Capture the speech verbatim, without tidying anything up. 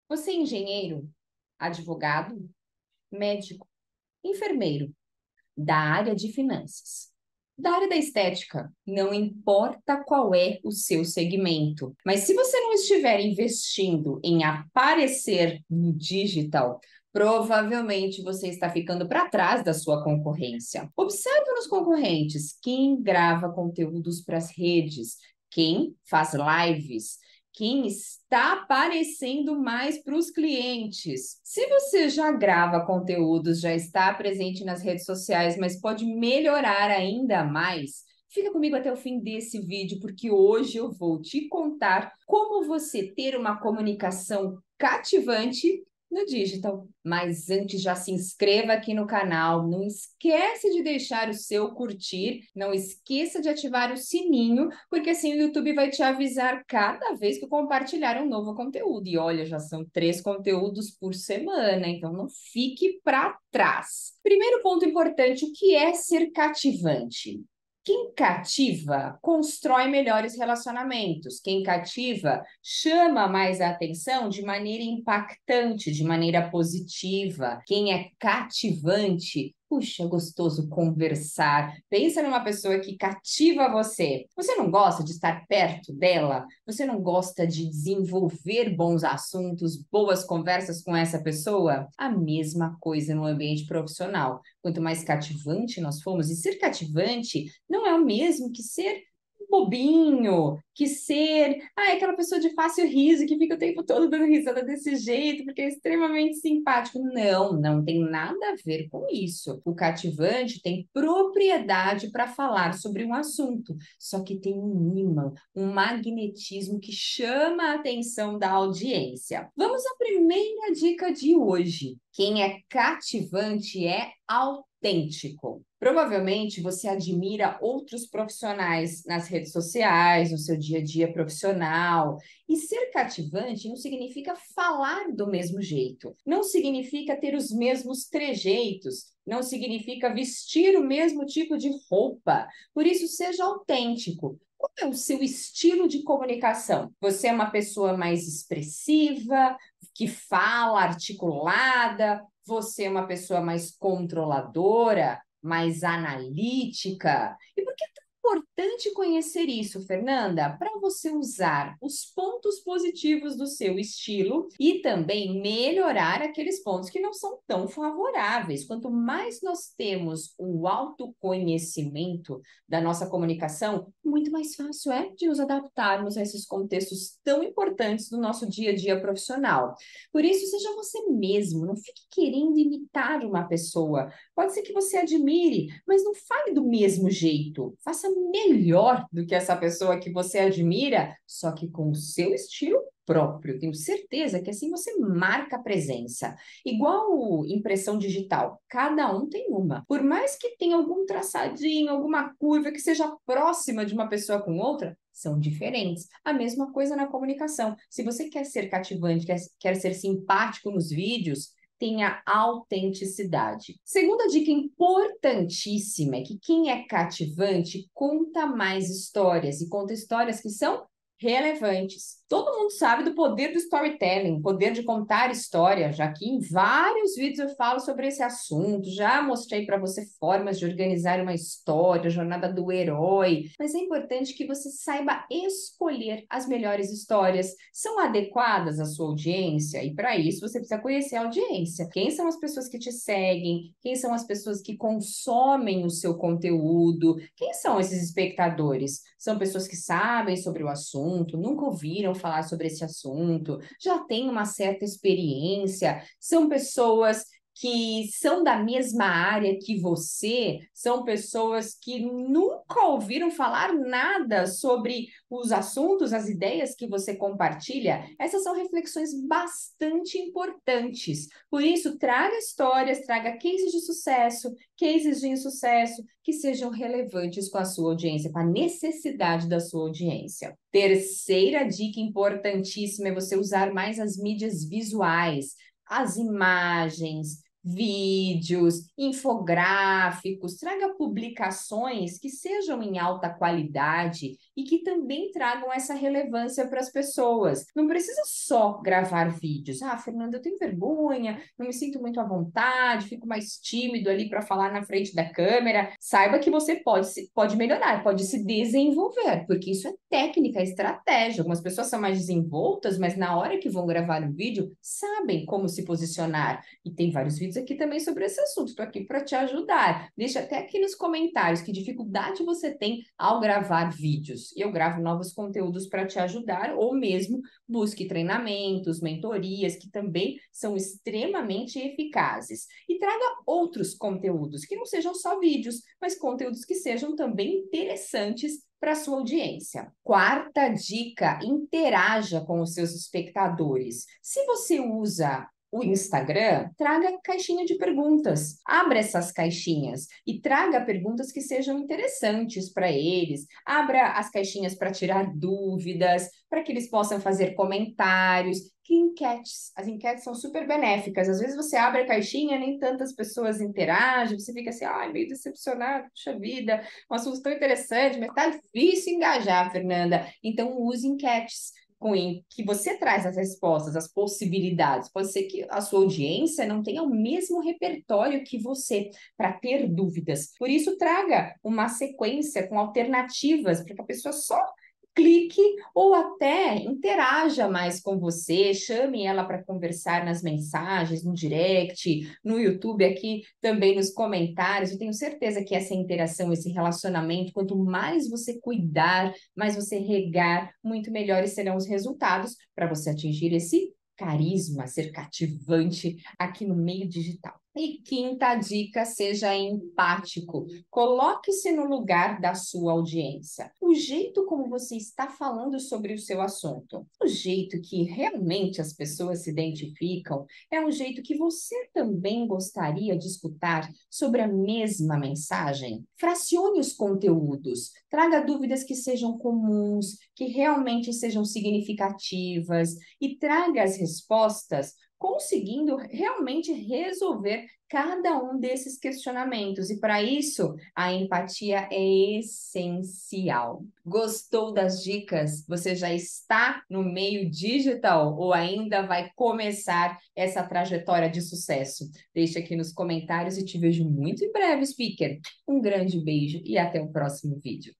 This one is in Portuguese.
Você é engenheiro, advogado, médico, enfermeiro, da área de finanças, da área da estética, não importa qual é o seu segmento. Mas se você não estiver investindo em aparecer no digital, provavelmente você está ficando para trás da sua concorrência. Observe nos concorrentes quem grava conteúdos para as redes, quem faz lives, quem está aparecendo mais para os clientes. Se você já grava conteúdos, já está presente nas redes sociais, mas pode melhorar ainda mais, fica comigo até o fim desse vídeo, porque hoje eu vou te contar como você ter uma comunicação cativante no digital. Mas antes, já se inscreva aqui no canal, não esquece de deixar o seu curtir, não esqueça de ativar o sininho, porque assim o YouTube vai te avisar cada vez que eu compartilhar um novo conteúdo. E olha, já são três conteúdos por semana, então não fique para trás. Primeiro ponto importante, o que é ser cativante? Quem cativa constrói melhores relacionamentos. Quem cativa chama mais a atenção de maneira impactante, de maneira positiva. Quem é cativante, puxa, é gostoso conversar. Pensa numa pessoa que cativa você. Você não gosta de estar perto dela? Você não gosta de desenvolver bons assuntos, boas conversas com essa pessoa? A mesma coisa no ambiente profissional. Quanto mais cativante nós formos, e ser cativante não é o mesmo que ser bobinho, que ser, ah, é aquela pessoa de fácil riso que fica o tempo todo dando risada desse jeito, porque é extremamente simpático. Não, não tem nada a ver com isso. O cativante tem propriedade para falar sobre um assunto, só que tem um ímã, um magnetismo que chama a atenção da audiência. Vamos à primeira dica de hoje. Quem é cativante é autêntico. Provavelmente você admira outros profissionais nas redes sociais, no seu dia a dia profissional. E ser cativante não significa falar do mesmo jeito, não significa ter os mesmos trejeitos, não significa vestir o mesmo tipo de roupa. Por isso, seja autêntico. Qual é o seu estilo de comunicação? Você é uma pessoa mais expressiva, que fala articulada? Você é uma pessoa mais controladora, mais analítica? E por que é tão importante conhecer isso, Fernanda? Para você usar os pontos positivos do seu estilo e também melhorar aqueles pontos que não são tão favoráveis. Quanto mais nós temos o autoconhecimento da nossa comunicação, muito mais fácil é de nos adaptarmos a esses contextos tão importantes do nosso dia a dia profissional. Por isso, seja você mesmo, não fique querendo imitar uma pessoa. Pode ser que você admire, mas não fale do mesmo jeito. Faça melhor do que essa pessoa que você admira, só que com o seu estilo próprio. Tenho certeza que assim você marca a presença. Igual impressão digital, cada um tem uma. Por mais que tenha algum traçadinho, alguma curva que seja próxima de uma pessoa com outra, são diferentes. A mesma coisa na comunicação. Se você quer ser cativante, quer, quer ser simpático nos vídeos, tenha autenticidade. Segunda dica importantíssima é que quem é cativante conta mais histórias e conta histórias que são relevantes. Todo mundo sabe do poder do storytelling, o poder de contar história, já que em vários vídeos eu falo sobre esse assunto, já mostrei para você formas de organizar uma história, a jornada do herói, mas é importante que você saiba escolher as melhores histórias. São adequadas à sua audiência? E para isso você precisa conhecer a audiência. Quem são as pessoas que te seguem? Quem são as pessoas que consomem o seu conteúdo? Quem são esses espectadores? São pessoas que sabem sobre o assunto, nunca ouviram falar sobre esse assunto, já têm uma certa experiência, são pessoas que são da mesma área que você, são pessoas que nunca ouviram falar nada sobre os assuntos, as ideias que você compartilha. Essas são reflexões bastante importantes. Por isso, traga histórias, traga cases de sucesso, cases de insucesso, que sejam relevantes com a sua audiência, com a necessidade da sua audiência. Terceira dica importantíssima é você usar mais as mídias visuais, as imagens, vídeos, infográficos, traga publicações que sejam em alta qualidade e que também tragam essa relevância para as pessoas. Não precisa só gravar vídeos. Ah, Fernanda, eu tenho vergonha, não me sinto muito à vontade, fico mais tímido ali para falar na frente da câmera. Saiba que você pode, se- pode melhorar, pode se desenvolver, porque isso é técnica, é estratégia. Algumas pessoas são mais desenvoltas, mas na hora que vão gravar um vídeo, sabem como se posicionar. E tem vários vídeos aqui também sobre esse assunto. Estou aqui para te ajudar. Deixa até aqui nos comentários que dificuldade você tem ao gravar vídeos. E eu gravo novos conteúdos para te ajudar, ou mesmo busque treinamentos, mentorias, que também são extremamente eficazes. E traga outros conteúdos, que não sejam só vídeos, mas conteúdos que sejam também interessantes para a sua audiência. Quarta dica: interaja com os seus espectadores. Se você usa o Instagram, traga caixinha de perguntas. Abra essas caixinhas e traga perguntas que sejam interessantes para eles. Abra as caixinhas para tirar dúvidas, para que eles possam fazer comentários. Que enquetes. As enquetes são super benéficas. Às vezes você abre a caixinha, nem tantas pessoas interagem, você fica assim, ai, meio decepcionado, puxa vida, um assunto tão interessante, mas tá difícil engajar, Fernanda. Então, use enquetes com em que você traz as respostas, as possibilidades. Pode ser que a sua audiência não tenha o mesmo repertório que você para ter dúvidas. Por isso, traga uma sequência com alternativas para que a pessoa só clique ou até interaja mais com você, chame ela para conversar nas mensagens, no direct, no YouTube, aqui também nos comentários. Eu tenho certeza que essa interação, esse relacionamento, quanto mais você cuidar, mais você regar, muito melhores serão os resultados para você atingir esse carisma, ser cativante aqui no meio digital. E quinta dica: seja empático. Coloque-se no lugar da sua audiência. O jeito como você está falando sobre o seu assunto, o jeito que realmente as pessoas se identificam, é um jeito que você também gostaria de escutar sobre a mesma mensagem. Fracione os conteúdos, traga dúvidas que sejam comuns, que realmente sejam significativas e traga as respostas conseguindo realmente resolver cada um desses questionamentos. E para isso, a empatia é essencial. Gostou das dicas? Você já está no meio digital ou ainda vai começar essa trajetória de sucesso? Deixa aqui nos comentários e te vejo muito em breve, speaker. Um grande beijo e até o próximo vídeo.